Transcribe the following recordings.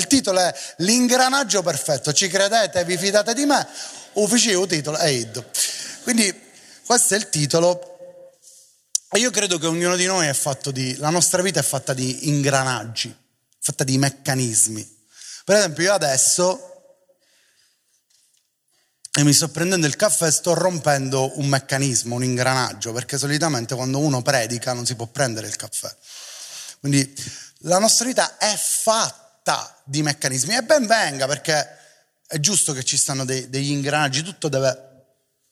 titolo è L'ingranaggio perfetto. Ci credete? Vi fidate di me? Ufficio titolo è Id. Quindi questo è il titolo. E io credo che ognuno di noi la nostra vita è fatta di ingranaggi, fatta di meccanismi. Per esempio io adesso mi sto prendendo il caffè e sto rompendo un meccanismo, un ingranaggio, perché solitamente quando uno predica non si può prendere il caffè. Quindi la nostra vita è fatta di meccanismi e ben venga, perché è giusto che ci stanno degli ingranaggi, tutto deve...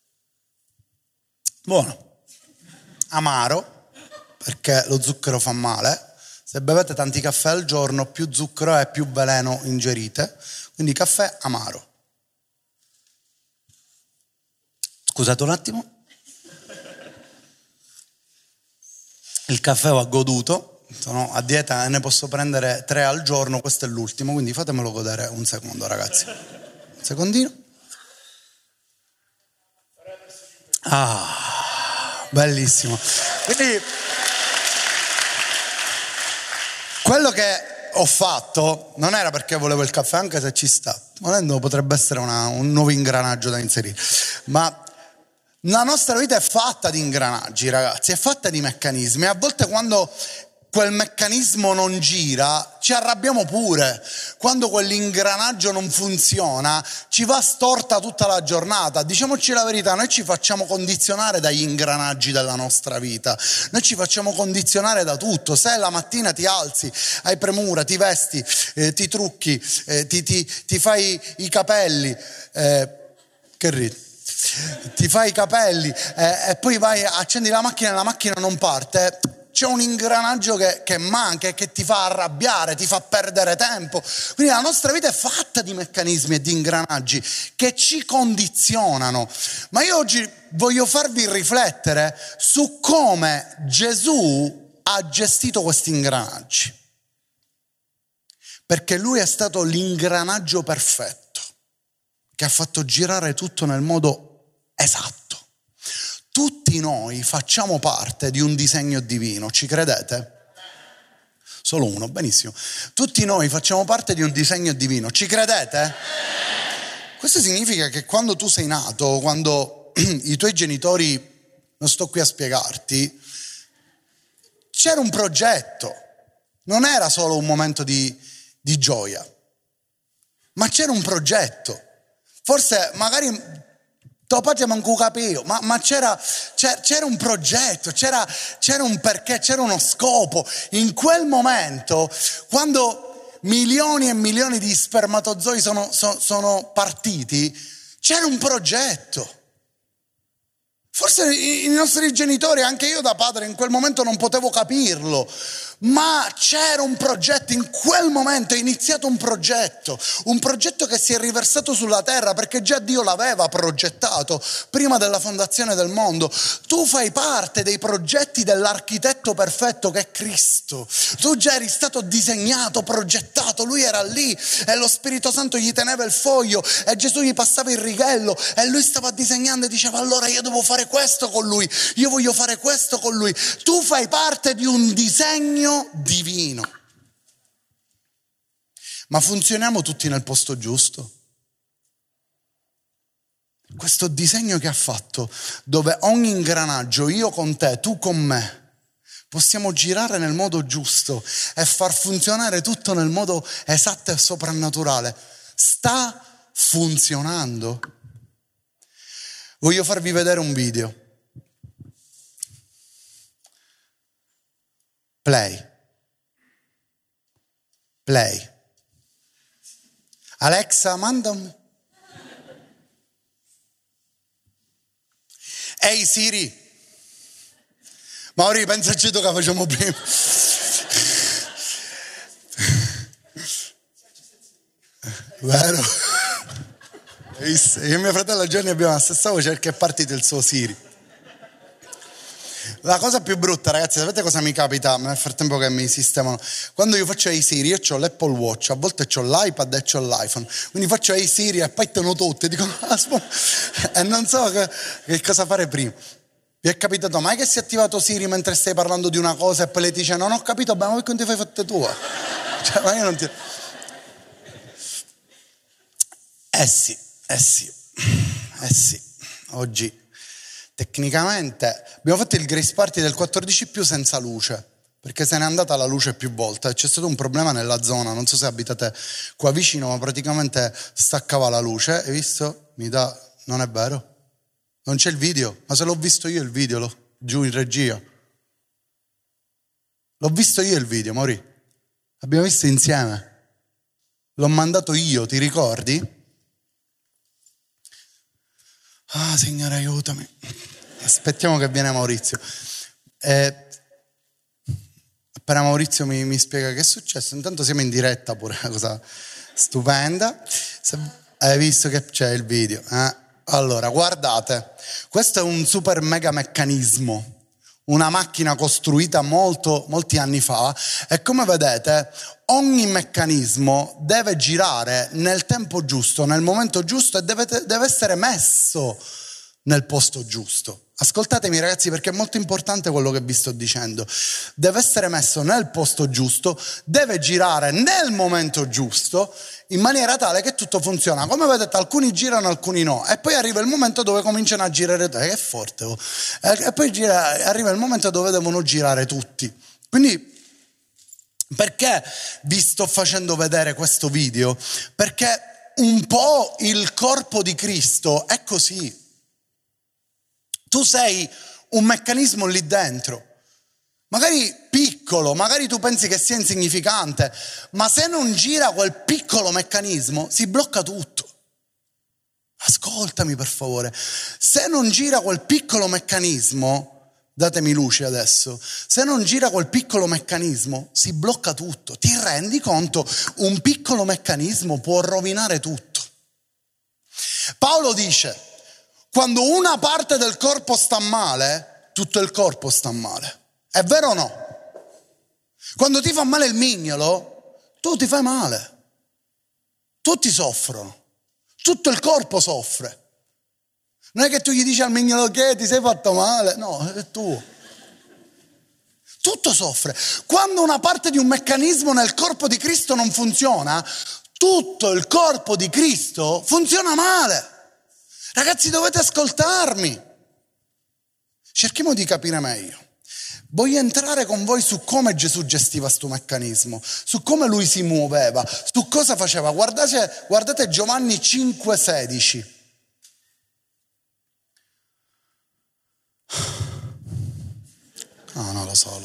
Buono, amaro, perché lo zucchero fa male. Se bevete tanti caffè al giorno, più zucchero e più veleno ingerite, quindi caffè amaro. Scusate un attimo. Il caffè va goduto, sono a dieta e ne posso prendere 3 al giorno, questo è l'ultimo, quindi fatemelo godere un secondo, ragazzi. Un secondino. Bellissimo. Quindi quello che ho fatto non era perché volevo il caffè, anche se ci sta, volendo potrebbe essere un nuovo ingranaggio da inserire, ma la nostra vita è fatta di ingranaggi, ragazzi, è fatta di meccanismi. A volte quando quel meccanismo non gira ci arrabbiamo pure, quando quell'ingranaggio non funziona ci va storta tutta la giornata. Diciamoci la verità, noi ci facciamo condizionare dagli ingranaggi della nostra vita, noi ci facciamo condizionare da tutto. Se la mattina ti alzi, hai premura, ti vesti, ti trucchi, ti fai i capelli, che ridi? Ti fai i capelli e poi vai, accendi la macchina e la macchina non parte, c'è un ingranaggio che manca e che ti fa arrabbiare, ti fa perdere tempo. Quindi la nostra vita è fatta di meccanismi e di ingranaggi che ci condizionano. Ma io oggi voglio farvi riflettere su come Gesù ha gestito questi ingranaggi, perché lui è stato l'ingranaggio perfetto che ha fatto girare tutto nel modo esatto. Tutti noi facciamo parte di un disegno divino, ci credete? Solo uno, benissimo. Tutti noi facciamo parte di un disegno divino, ci credete? Questo significa che quando tu sei nato, quando i tuoi genitori, non sto qui a spiegarti, c'era un progetto, non era solo un momento di gioia, ma c'era un progetto. Forse magari tuo padre manco capito, ma c'era un progetto, c'era un perché, c'era uno scopo. In quel momento, quando milioni e milioni di spermatozoi sono partiti, c'era un progetto. Forse i nostri genitori, anche io da padre in quel momento non potevo capirlo, ma c'era un progetto, in quel momento è iniziato un progetto che si è riversato sulla terra, perché già Dio l'aveva progettato prima della fondazione del mondo. Tu fai parte dei progetti dell'architetto perfetto che è Cristo. Tu già eri stato disegnato, progettato, lui era lì e lo Spirito Santo gli teneva il foglio e Gesù gli passava il righello e lui stava disegnando e diceva: allora io devo fare questo con lui, io voglio fare questo con lui. Tu fai parte di un disegno divino. Ma funzioniamo tutti nel posto giusto? Questo disegno che ha fatto, dove ogni ingranaggio, io con te, tu con me, possiamo girare nel modo giusto e far funzionare tutto nel modo esatto e soprannaturale, sta funzionando? Voglio farvi vedere un video. Play. Alexa, mandami. Ehi Siri. Mauri, pensaci tu che facciamo prima. Vero? Io e mio fratello Gianni abbiamo la stessa voce perché è partito il suo Siri. La cosa più brutta, ragazzi, sapete cosa mi capita nel frattempo che mi sistemano? Quando io faccio Hey Siri, io ho l'Apple Watch, a volte ho l'iPad e ho l'iPhone, quindi faccio Hey Siri e poi tengo tutte, dicono e non so che cosa fare prima. Vi è capitato mai che si è attivato Siri mentre stai parlando di una cosa e poi lei ti dice non ho capito, beh, ma perché non ti fai fatte tua? Cioè, ma io non ti... sì, eh sì, eh sì. Oggi tecnicamente abbiamo fatto il Grace Party del 14+ senza luce, perché se n'è andata la luce più volte. C'è stato un problema nella zona, non so se abitate qua vicino, ma praticamente staccava la luce. Hai visto? Non è vero? Non c'è il video, ma se l'ho visto io il video, giù in regia. L'ho visto io il video, Mauri. Abbiamo visto insieme. L'ho mandato io, ti ricordi? Ah, Signore, aiutami. Aspettiamo che viene Maurizio. Appena Maurizio mi spiega che è successo, intanto siamo in diretta pure, una cosa stupenda. Hai visto che c'è il video? Allora, guardate, questo è un super mega meccanismo, una macchina costruita molti anni fa, e come vedete ogni meccanismo deve girare nel tempo giusto, nel momento giusto, e deve essere messo nel posto giusto. Ascoltatemi ragazzi, perché è molto importante quello che vi sto dicendo. Deve essere messo nel posto giusto, deve girare nel momento giusto, in maniera tale che tutto funziona. Come vedete, alcuni girano, alcuni no, e poi arriva il momento dove cominciano a girare, che è forte, e poi arriva il momento dove devono girare tutti. Quindi perché vi sto facendo vedere questo video? Perché un po' il corpo di Cristo è così. Tu sei un meccanismo lì dentro, magari piccolo, magari tu pensi che sia insignificante, ma se non gira quel piccolo meccanismo si blocca tutto. Ascoltami per favore, se non gira quel piccolo meccanismo, datemi luce adesso, se non gira quel piccolo meccanismo si blocca tutto. Ti rendi conto? Un piccolo meccanismo può rovinare tutto. Paolo dice: quando una parte del corpo sta male, tutto il corpo sta male. È vero o no? Quando ti fa male il mignolo, tu ti fai male. Tutti soffrono. Tutto il corpo soffre. Non è che tu gli dici al mignolo che ti sei fatto male. No, è tuo. Tutto soffre. Quando una parte di un meccanismo nel corpo di Cristo non funziona, tutto il corpo di Cristo funziona male. Ragazzi, dovete ascoltarmi. Cerchiamo di capire meglio. Voglio entrare con voi su come Gesù gestiva sto meccanismo, su come lui si muoveva, su cosa faceva. Guardate Giovanni 5,16. No, lo so.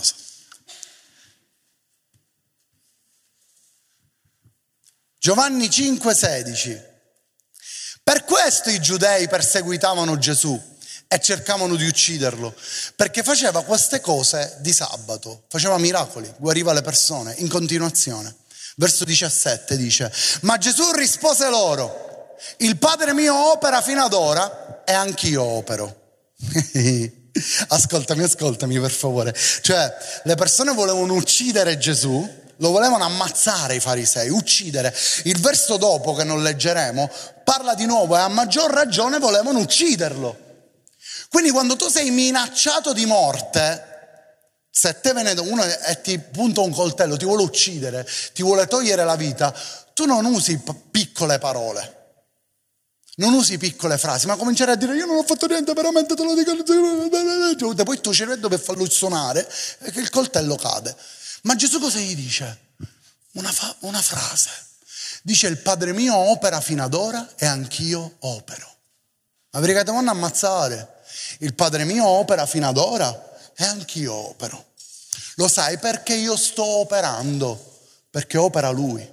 Giovanni 5,16. Per questo i giudei perseguitavano Gesù e cercavano di ucciderlo, perché faceva queste cose di sabato, faceva miracoli, guariva le persone in continuazione. Verso 17 dice: ma Gesù rispose loro: il Padre mio opera fino ad ora e anch'io opero. Ascoltami per favore. Cioè, le persone volevano uccidere Gesù, lo volevano ammazzare i farisei, uccidere. Il verso dopo, che non leggeremo, parla di nuovo e a maggior ragione volevano ucciderlo. Quindi quando tu sei minacciato di morte, se te viene uno e ti punta un coltello, ti vuole uccidere, ti vuole togliere la vita, tu non usi piccole parole, non usi piccole frasi, ma cominciare a dire: io non ho fatto niente, veramente te lo dico, poi il tuo cervello per farlo suonare e che il coltello cade. Ma Gesù cosa gli dice? Una frase. Dice: il Padre mio opera fino ad ora e anch'io opero. Ma perché te vanno a ammazzare? Il Padre mio opera fino ad ora e anch'io opero. Lo sai perché io sto operando? Perché opera Lui.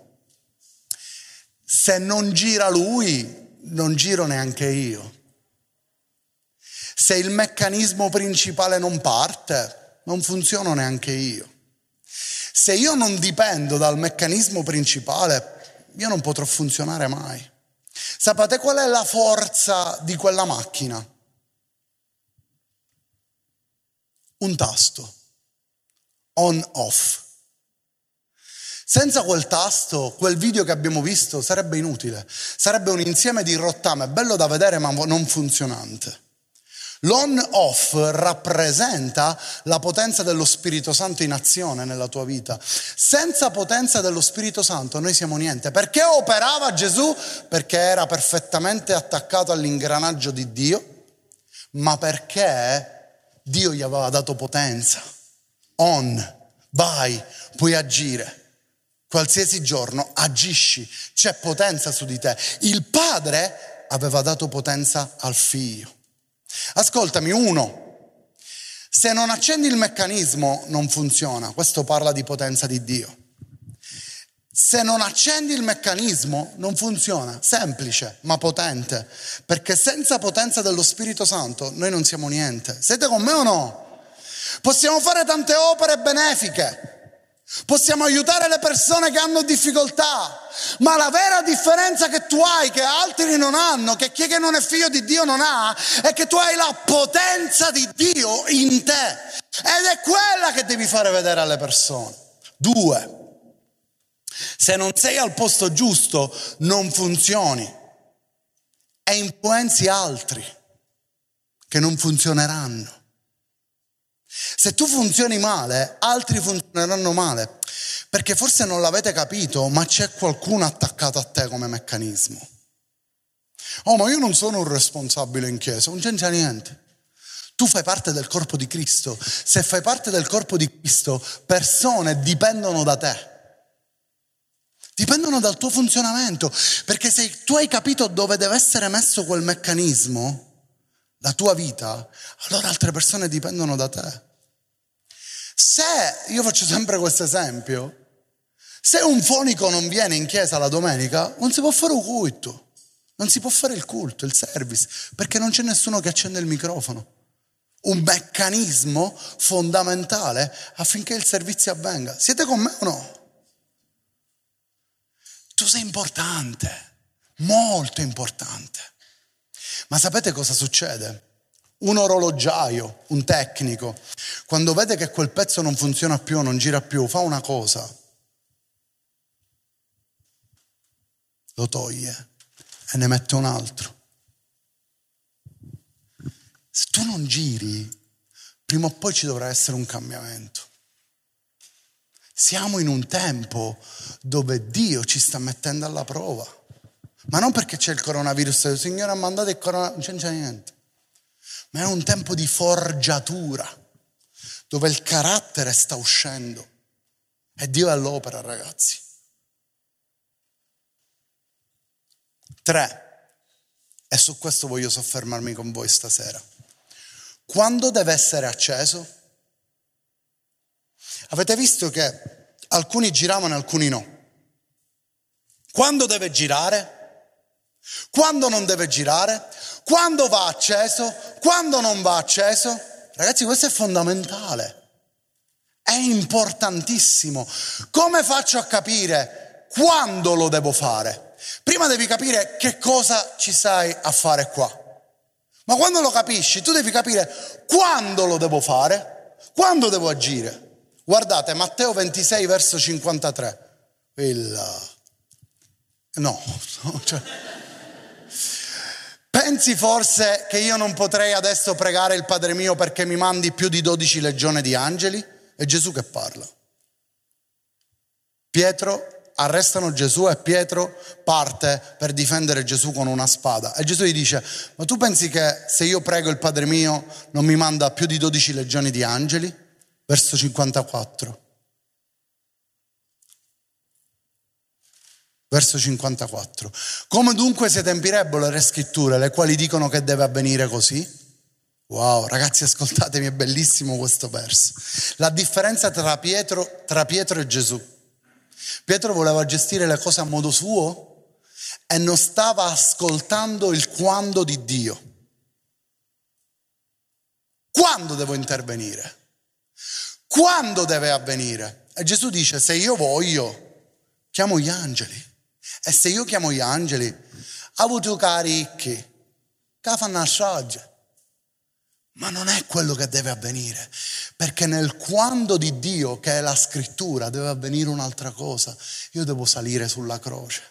Se non gira Lui, non giro neanche io. Se il meccanismo principale non parte, non funziono neanche io. Se io non dipendo dal meccanismo principale, io non potrò funzionare mai. Sapete qual è la forza di quella macchina? Un tasto, on-off. Senza quel tasto, quel video che abbiamo visto sarebbe inutile. Sarebbe un insieme di rottame, bello da vedere ma non funzionante. L'on-off rappresenta la potenza dello Spirito Santo in azione nella tua vita. Senza potenza dello Spirito Santo noi siamo niente. Perché operava Gesù? Perché era perfettamente attaccato all'ingranaggio di Dio, ma perché Dio gli aveva dato potenza. Vai, puoi agire. Qualsiasi giorno agisci, c'è potenza su di te. Il Padre aveva dato potenza al Figlio. Ascoltami, se non accendi il meccanismo non funziona. Questo parla di potenza di Dio. Se non accendi il meccanismo non funziona, semplice ma potente, perché senza potenza dello Spirito Santo noi non siamo niente. Siete con me o no? Possiamo fare tante opere benefiche, possiamo aiutare le persone che hanno difficoltà, ma la vera differenza che tu hai, che altri non hanno, che chi che non è figlio di Dio non ha, è che tu hai la potenza di Dio in te, ed è quella che devi fare vedere alle persone. 2, se non sei al posto giusto non funzioni e influenzi altri che non funzioneranno. Se tu funzioni male, altri funzioneranno male, perché forse non l'avete capito, ma c'è qualcuno attaccato a te come meccanismo. Ma io non sono un responsabile in chiesa, non c'entra niente. Tu fai parte del corpo di Cristo. Se fai parte del corpo di Cristo, persone dipendono da te. Dipendono dal tuo funzionamento, perché se tu hai capito dove deve essere messo quel meccanismo, la tua vita, allora altre persone dipendono da te. Io faccio sempre questo esempio, se un fonico non viene in chiesa la domenica, non si può fare un culto, non si può fare il culto, il service, perché non c'è nessuno che accende il microfono. Un meccanismo fondamentale affinché il servizio avvenga. Siete con me o no? Tu sei importante, molto importante. Ma sapete cosa succede? Un orologiaio, un tecnico, quando vede che quel pezzo non funziona più, non gira più, fa una cosa. Lo toglie e ne mette un altro. Se tu non giri, prima o poi ci dovrà essere un cambiamento. Siamo in un tempo dove Dio ci sta mettendo alla prova. Ma non perché c'è il coronavirus, il Signore ha mandato il coronavirus, non c'è niente. Ma è un tempo di forgiatura, dove il carattere sta uscendo. E Dio è all'opera, ragazzi. 3, e su questo voglio soffermarmi con voi stasera. Quando deve essere acceso? Avete visto che alcuni giravano e alcuni no. Quando deve girare? Quando non deve girare? Quando va acceso? Quando non va acceso? Ragazzi, questo è fondamentale. È importantissimo. Come faccio a capire quando lo devo fare? Prima devi capire che cosa ci stai a fare qua. Ma quando lo capisci, tu devi capire quando lo devo fare, quando devo agire. Guardate, Matteo 26, verso 53. Pensi forse che io non potrei adesso pregare il Padre mio perché mi mandi più di 12 legioni di angeli? È Gesù che parla. Arrestano Gesù e Pietro parte per difendere Gesù con una spada. E Gesù gli dice: ma tu pensi che se io prego il Padre mio non mi manda più di 12 legioni di angeli? Verso 54. Verso 54. Come dunque si adempirebbero le scritture, le quali dicono che deve avvenire così? Wow, ragazzi, ascoltatemi, è bellissimo questo verso. La differenza tra Pietro e Gesù. Pietro voleva gestire le cose a modo suo e non stava ascoltando il quando di Dio. Quando devo intervenire? Quando deve avvenire? E Gesù dice: se io voglio, chiamo gli angeli. E se io chiamo gli angeli, avuto caricchi, che fanno assaggio. Ma non è quello che deve avvenire, perché nel quando di Dio, che è la scrittura, deve avvenire un'altra cosa. Io devo salire sulla croce.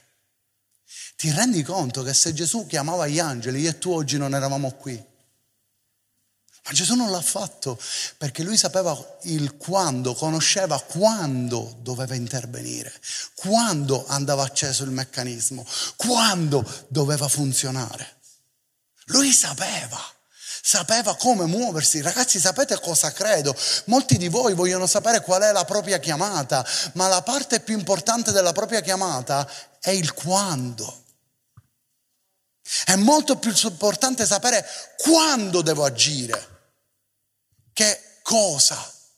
Ti rendi conto che se Gesù chiamava gli angeli, io e tu oggi non eravamo qui? Ma Gesù non l'ha fatto perché lui sapeva il quando, conosceva quando doveva intervenire, quando andava acceso il meccanismo, quando doveva funzionare. Lui sapeva come muoversi. Ragazzi, sapete cosa credo? Molti di voi vogliono sapere qual è la propria chiamata, ma la parte più importante della propria chiamata è il quando. È molto più importante sapere quando devo agire che cosa.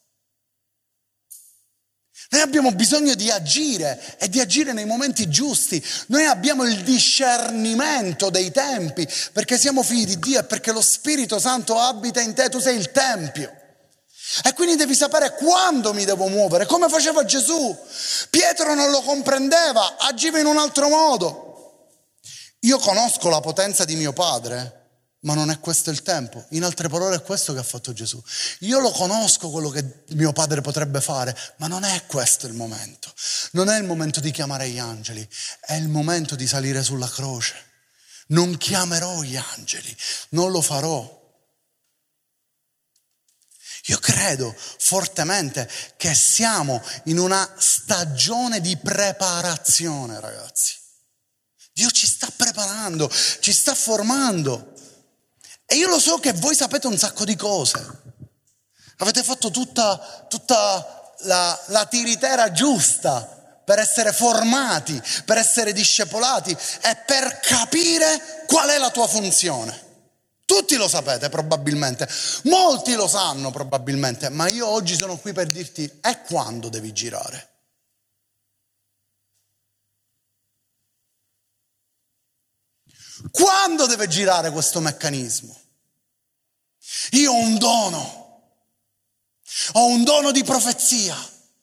Noi abbiamo bisogno di agire e di agire nei momenti giusti. Noi abbiamo il discernimento dei tempi perché siamo figli di Dio e perché lo Spirito Santo abita in te, tu sei il Tempio. E quindi devi sapere quando mi devo muovere, come faceva Gesù. Pietro non lo comprendeva, agiva in un altro modo. Io conosco la potenza di mio padre, ma non è questo il tempo. In altre parole è questo che ha fatto Gesù. Io lo conosco quello che mio padre potrebbe fare, ma non è questo il momento. Non è il momento di chiamare gli angeli, è il momento di salire sulla croce. Non chiamerò gli angeli, non lo farò. Io credo fortemente che siamo in una stagione di preparazione, ragazzi. Dio ci sta preparando, ci sta formando. E io lo so che voi sapete un sacco di cose. Avete fatto tutta la tiritera giusta per essere formati, per essere discepolati e per capire qual è la tua funzione. Tutti lo sapete probabilmente, molti lo sanno probabilmente, ma io oggi sono qui per dirti è quando devi girare. Quando deve girare questo meccanismo? Io ho un dono di profezia.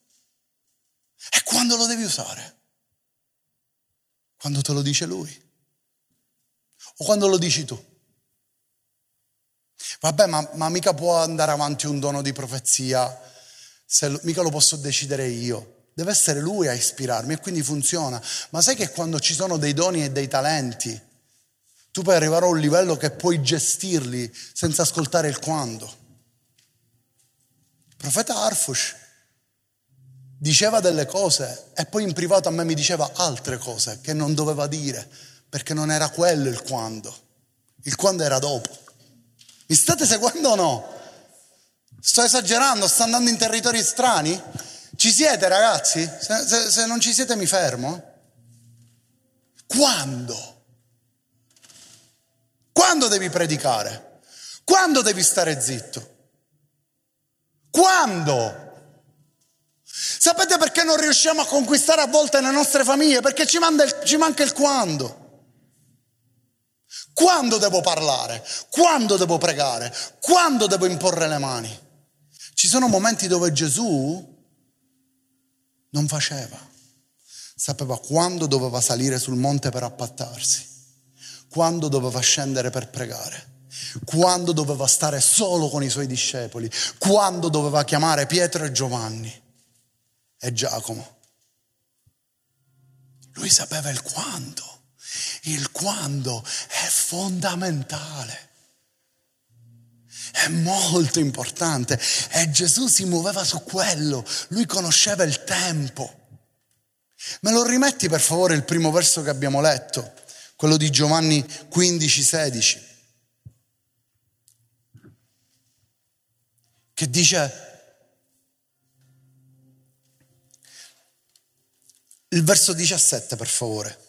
E quando lo devi usare? Quando te lo dice lui? O quando lo dici tu? Vabbè, ma mica può andare avanti un dono di profezia, mica lo posso decidere io. Deve essere lui a ispirarmi e quindi funziona. Ma sai che quando ci sono dei doni e dei talenti, tu puoi arrivare a un livello che puoi gestirli senza ascoltare il quando. Il profeta Arfush diceva delle cose e poi in privato a me mi diceva altre cose che non doveva dire perché non era quello il quando. Il quando era dopo. Mi state seguendo o no? Sto esagerando? Sto andando in territori strani? Ci siete, ragazzi? Se non ci siete mi fermo. Quando? Quando devi predicare? Quando devi stare zitto? Quando? Sapete perché non riusciamo a conquistare a volte le nostre famiglie? Perché ci manca il quando. Quando devo parlare? Quando devo pregare? Quando devo imporre le mani? Ci sono momenti dove Gesù non faceva. Sapeva quando doveva salire sul monte per appattarsi, quando doveva scendere per pregare, quando doveva stare solo con i suoi discepoli, quando doveva chiamare Pietro e Giovanni e Giacomo. Lui sapeva il quando. Il quando è fondamentale, è molto importante e Gesù si muoveva su quello, lui conosceva il tempo. Me lo rimetti per favore il primo verso che abbiamo letto, quello di Giovanni 15,16, che dice, il verso 17 per favore.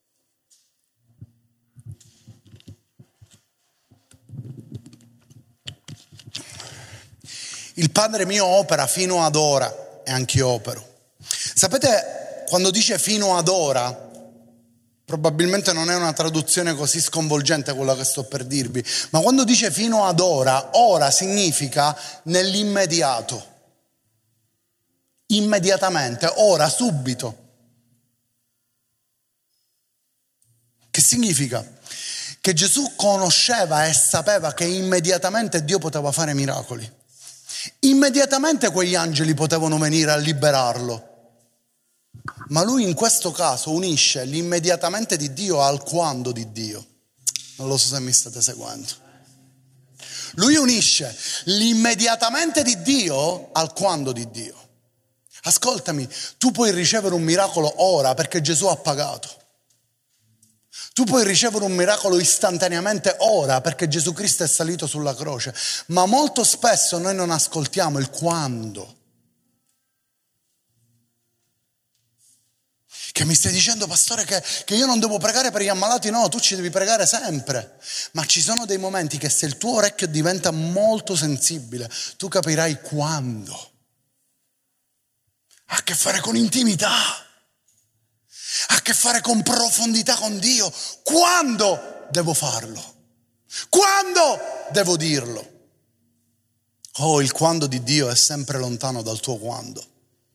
Il Padre mio opera fino ad ora e anch'io opero. Sapete, quando dice fino ad ora, probabilmente non è una traduzione così sconvolgente quella che sto per dirvi, ma quando dice fino ad ora significa nell'immediato, immediatamente, ora, subito. Che significa? Che Gesù conosceva e sapeva che immediatamente Dio poteva fare miracoli. Immediatamente quegli angeli potevano venire a liberarlo, ma lui in questo caso unisce l'immediatamente di Dio al quando di Dio. Non lo so se mi state seguendo. Lui unisce l'immediatamente di Dio al quando di Dio. Ascoltami, tu puoi ricevere un miracolo ora perché Gesù ha pagato. Tu puoi ricevere un miracolo istantaneamente ora perché Gesù Cristo è salito sulla croce, ma molto spesso noi non ascoltiamo il quando. Che mi stai dicendo, pastore, che io non devo pregare per gli ammalati? No, tu ci devi pregare sempre. Ma ci sono dei momenti che se il tuo orecchio diventa molto sensibile, tu capirai quando. Ha a che fare con intimità, ha a che fare con profondità con Dio. Quando devo farlo? Quando devo dirlo? Oh, il quando di Dio è sempre lontano dal tuo quando,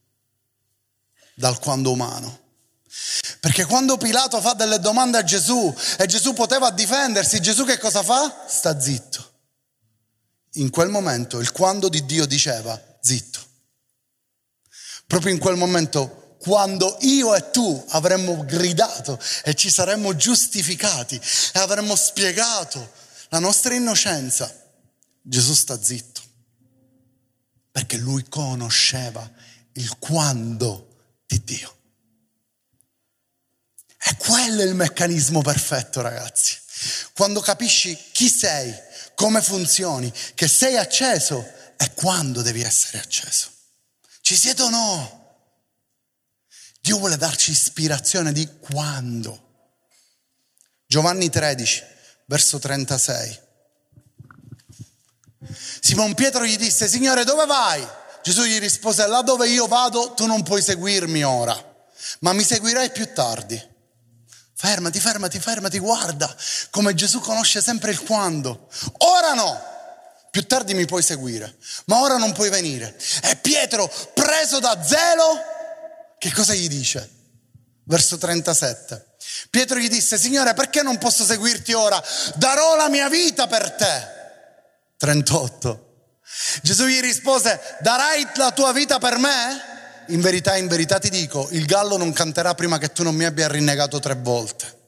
dal quando umano. Perché quando Pilato fa delle domande a Gesù e Gesù poteva difendersi, Gesù che cosa fa? Sta zitto. In quel momento il quando di Dio diceva zitto. Proprio in quel momento, quando io e tu avremmo gridato e ci saremmo giustificati e avremmo spiegato la nostra innocenza, Gesù sta zitto. Perché lui conosceva il quando di Dio. E quello è il meccanismo perfetto, ragazzi. Quando capisci chi sei, come funzioni, che sei acceso e quando devi essere acceso. Ci siete o no? Dio vuole darci ispirazione di quando. Giovanni 13, verso 36. Simon Pietro gli disse: Signore, dove vai? Gesù gli rispose: là dove io vado tu non puoi seguirmi ora, ma mi seguirai più tardi. Fermati, guarda come Gesù conosce sempre il quando. Ora no, più tardi mi puoi seguire, ma ora non puoi venire. E Pietro, preso da zelo, che cosa gli dice? Verso 37. Pietro gli disse: Signore, perché non posso seguirti ora? Darò la mia vita per te. 38. Gesù gli rispose: darai la tua vita per me? In verità ti dico, il gallo non canterà prima che tu non mi abbia rinnegato 3 volte.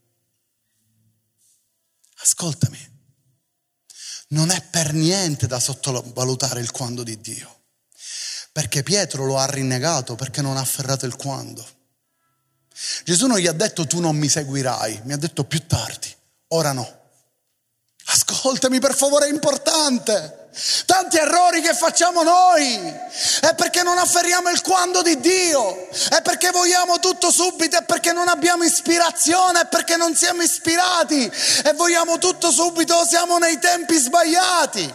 Ascoltami, non è per niente da sottovalutare il quando di Dio, perché Pietro lo ha rinnegato perché non ha afferrato il quando. Gesù non gli ha detto tu non mi seguirai, mi ha detto più tardi, ora no. Ascoltami per favore, è importante. Tanti errori che facciamo noi è perché non afferriamo il quando di Dio, è perché vogliamo tutto subito, è perché non abbiamo ispirazione, è perché non siamo ispirati e vogliamo tutto subito, siamo nei tempi sbagliati.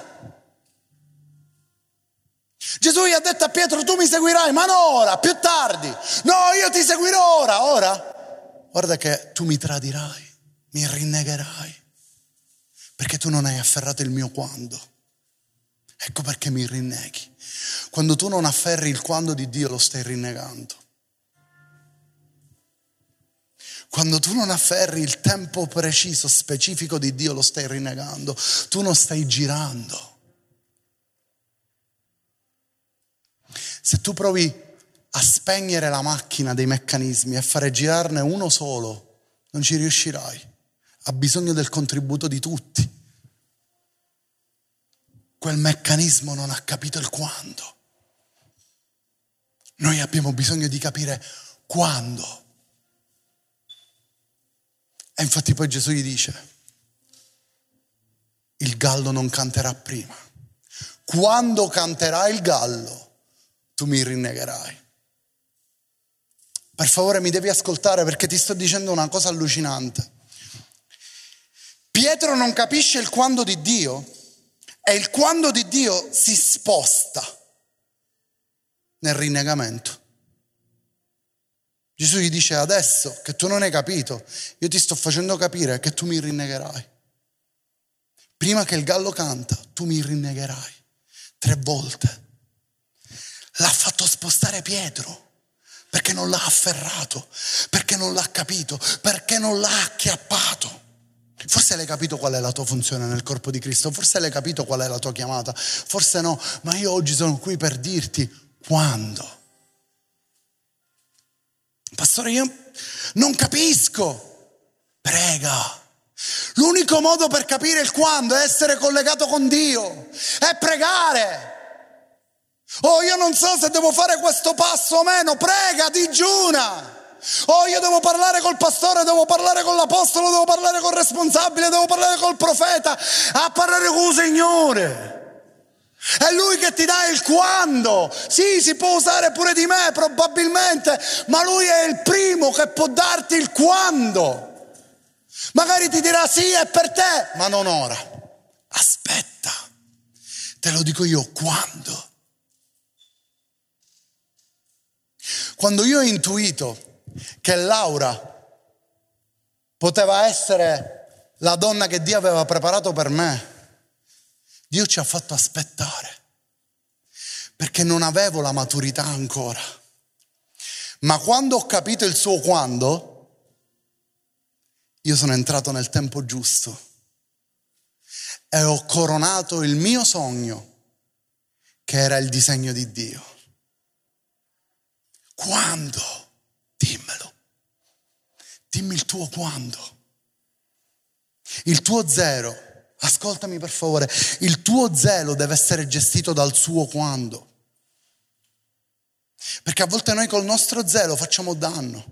Gesù gli ha detto a Pietro: tu mi seguirai, ma non ora, più tardi. No, io ti seguirò ora. Guarda che tu mi tradirai, mi rinnegherai, perché tu non hai afferrato il mio quando. Ecco perché mi rinneghi. Quando tu non afferri il quando di Dio, lo stai rinnegando. Quando tu non afferri il tempo preciso, specifico di Dio, lo stai rinnegando. Tu non stai girando. Se tu provi a spegnere la macchina dei meccanismi e fare girarne uno solo, non ci riuscirai. Ha bisogno del contributo di tutti. Quel meccanismo non ha capito il quando. Noi abbiamo bisogno di capire quando. E infatti poi Gesù gli dice: il gallo non canterà prima. Quando canterà il gallo, tu mi rinnegherai. Per favore mi devi ascoltare perché ti sto dicendo una cosa allucinante. Pietro non capisce il quando di Dio e il quando di Dio si sposta nel rinnegamento. Gesù gli dice: adesso che tu non hai capito, io ti sto facendo capire che tu mi rinnegherai. Prima che il gallo canta, tu mi rinnegherai 3 volte. L'ha fatto spostare Pietro perché non l'ha afferrato, perché non l'ha capito, perché non l'ha acchiappato. Forse l'hai capito qual è la tua funzione nel corpo di Cristo, forse l'hai capito qual è la tua chiamata, forse no, ma io oggi sono qui per dirti quando. Pastore, io non capisco. Prega, L'unico modo per capire il quando è essere collegato con Dio, è pregare. Oh, io non so se devo fare questo passo o meno, prega, digiuna. Oh, io devo parlare col pastore, devo parlare con l'apostolo, devo parlare col responsabile, devo parlare col profeta, a parlare con il Signore. È Lui che ti dà il quando. Sì, si può usare pure di me probabilmente, ma Lui è il primo che può darti il quando. Magari ti dirà sì, è per te, ma non ora. Aspetta, te lo dico io quando. Quando io ho intuito che Laura poteva essere la donna che Dio aveva preparato per me, Dio ci ha fatto aspettare, perché non avevo la maturità ancora. Ma quando ho capito il suo quando, io sono entrato nel tempo giusto e ho coronato il mio sogno, che era il disegno di Dio. Quando? Dimmelo. Dimmi il tuo quando. Il tuo zelo, ascoltami per favore, il tuo zelo deve essere gestito dal suo quando. Perché a volte noi col nostro zelo facciamo danno.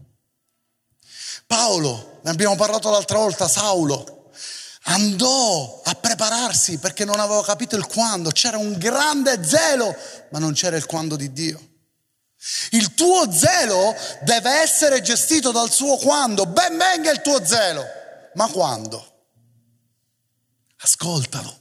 Paolo, ne abbiamo parlato l'altra volta, Saulo, andò a prepararsi perché non aveva capito il quando. C'era un grande zelo, ma non c'era il quando di Dio. Il tuo zelo deve essere gestito dal suo quando. Ben venga il tuo zelo, ma quando? Ascoltalo.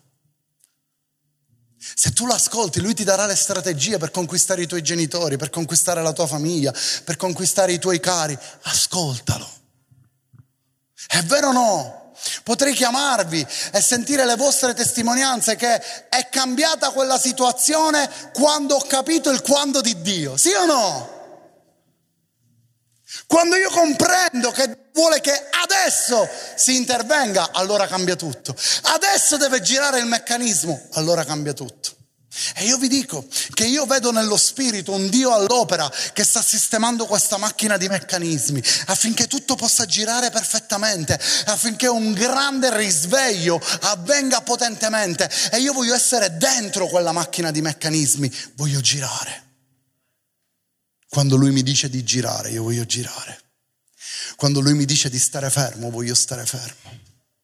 Se tu lo ascolti, lui ti darà le strategie per conquistare i tuoi genitori, per conquistare la tua famiglia, per conquistare i tuoi cari. Ascoltalo. È vero o no? Potrei chiamarvi e sentire le vostre testimonianze che è cambiata quella situazione quando ho capito il quando di Dio. Sì o no? Quando io comprendo che vuole che adesso si intervenga, allora cambia tutto. Adesso deve girare il meccanismo, allora cambia tutto. E io vi dico che io vedo nello spirito un Dio all'opera che sta sistemando questa macchina di meccanismi affinché tutto possa girare perfettamente, affinché un grande risveglio avvenga potentemente. E io voglio essere dentro quella macchina di meccanismi, voglio girare. Quando Lui mi dice di girare, io voglio girare. Quando Lui mi dice di stare fermo, voglio stare fermo.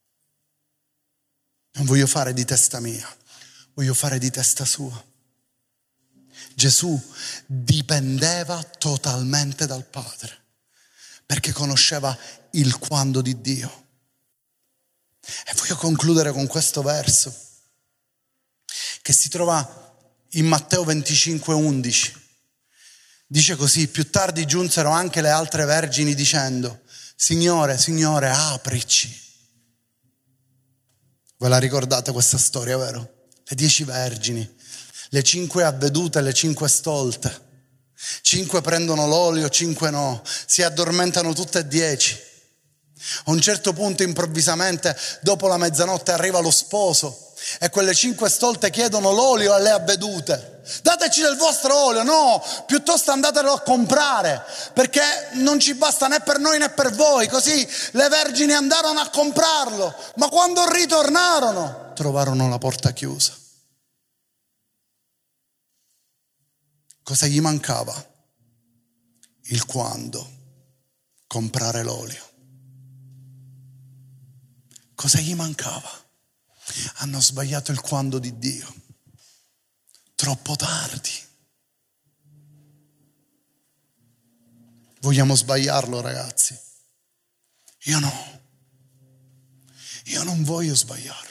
Non voglio fare di testa mia, voglio fare di testa sua. Gesù dipendeva totalmente dal Padre perché conosceva il quando di Dio. E voglio concludere con questo verso che si trova in Matteo 25:11. Dice così: più tardi giunsero anche le altre vergini dicendo: Signore, Signore, aprici. Ve la ricordate questa storia, vero? Le 10 vergini, le 5 avvedute e le 5 stolte. 5 prendono l'olio, 5 no, si addormentano tutte e 10. A un certo punto improvvisamente, dopo la mezzanotte, arriva lo sposo e quelle 5 stolte chiedono l'olio alle avvedute. Dateci del vostro olio, no, piuttosto andatelo a comprare, perché non ci basta né per noi né per voi. Così le vergini andarono a comprarlo, ma quando ritornarono trovarono la porta chiusa. Cosa gli mancava? Il quando. Comprare l'olio. Cosa gli mancava? Hanno sbagliato il quando di Dio. Troppo tardi. Vogliamo sbagliarlo, ragazzi? Io no. Io non voglio sbagliarlo.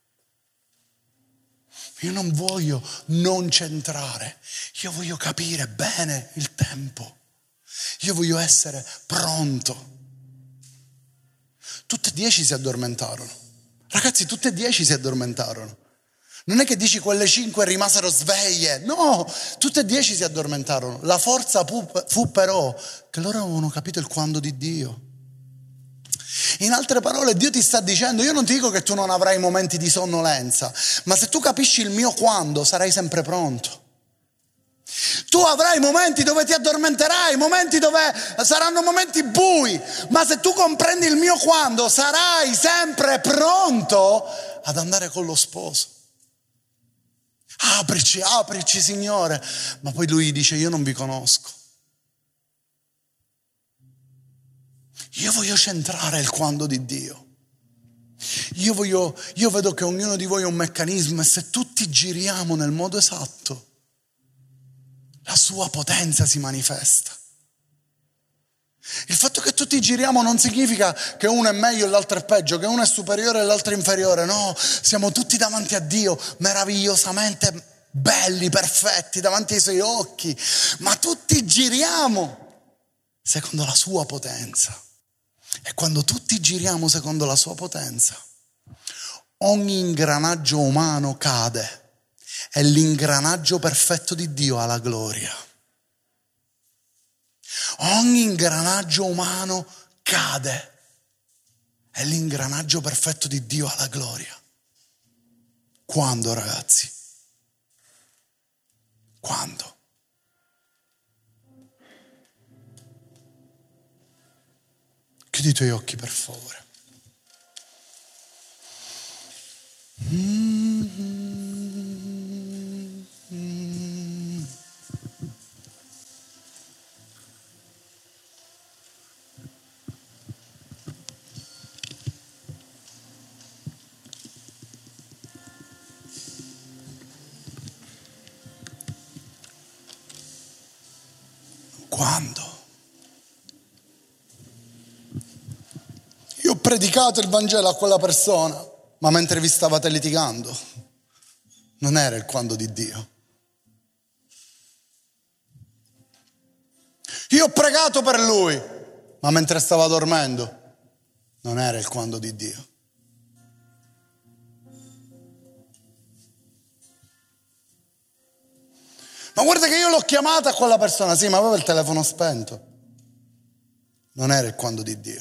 Io non voglio non centrare. Io voglio capire bene il tempo. Io voglio essere pronto. Tutte e 10 si addormentarono. Ragazzi, tutte e 10 si addormentarono. Non è che dici quelle 5 rimasero sveglie. No, tutte e 10 si addormentarono. La forza fu però che loro avevano capito il quando di Dio. In altre parole, Dio ti sta dicendo: io non ti dico che tu non avrai momenti di sonnolenza, ma se tu capisci il mio quando, sarai sempre pronto. Tu avrai momenti dove ti addormenterai, momenti dove saranno momenti bui, ma se tu comprendi il mio quando, sarai sempre pronto ad andare con lo sposo. Aprici, aprici, Signore. Ma poi lui dice: io non vi conosco. Io voglio centrare il quando di Dio. Io vedo che ognuno di voi ha un meccanismo, e se tutti giriamo nel modo esatto, la sua potenza si manifesta. Il fatto che tutti giriamo non significa che uno è meglio e l'altro è peggio, che uno è superiore e l'altro è inferiore. No, siamo tutti davanti a Dio, meravigliosamente belli, perfetti, davanti ai suoi occhi, ma tutti giriamo secondo la sua potenza. E quando tutti giriamo secondo la sua potenza, ogni ingranaggio umano cade e l'ingranaggio perfetto di Dio ha la gloria. Ogni ingranaggio umano cade e l'ingranaggio perfetto di Dio ha la gloria. Quando, ragazzi? Quando? Chiudi i tuoi occhi, per favore. Quando? Io ho predicato il Vangelo a quella persona, ma mentre vi stavate litigando, non era il quando di Dio. Io ho pregato per lui, ma mentre stava dormendo, non era il quando di Dio. Ma guarda che io l'ho chiamata a quella persona, sì, ma aveva il telefono spento. Non era il quando di Dio.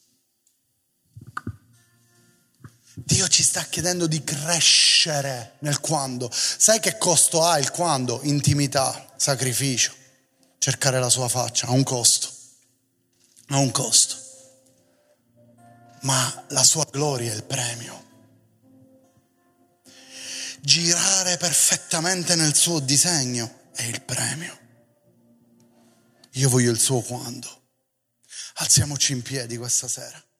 Dio ci sta chiedendo di crescere nel quando. Sai che costo ha il quando? Intimità, sacrificio, cercare la sua faccia, ha un costo. Ha un costo. Ma la sua gloria è il premio. Girare perfettamente nel suo disegno è il premio. Io voglio il suo quando. Alziamoci in piedi questa sera.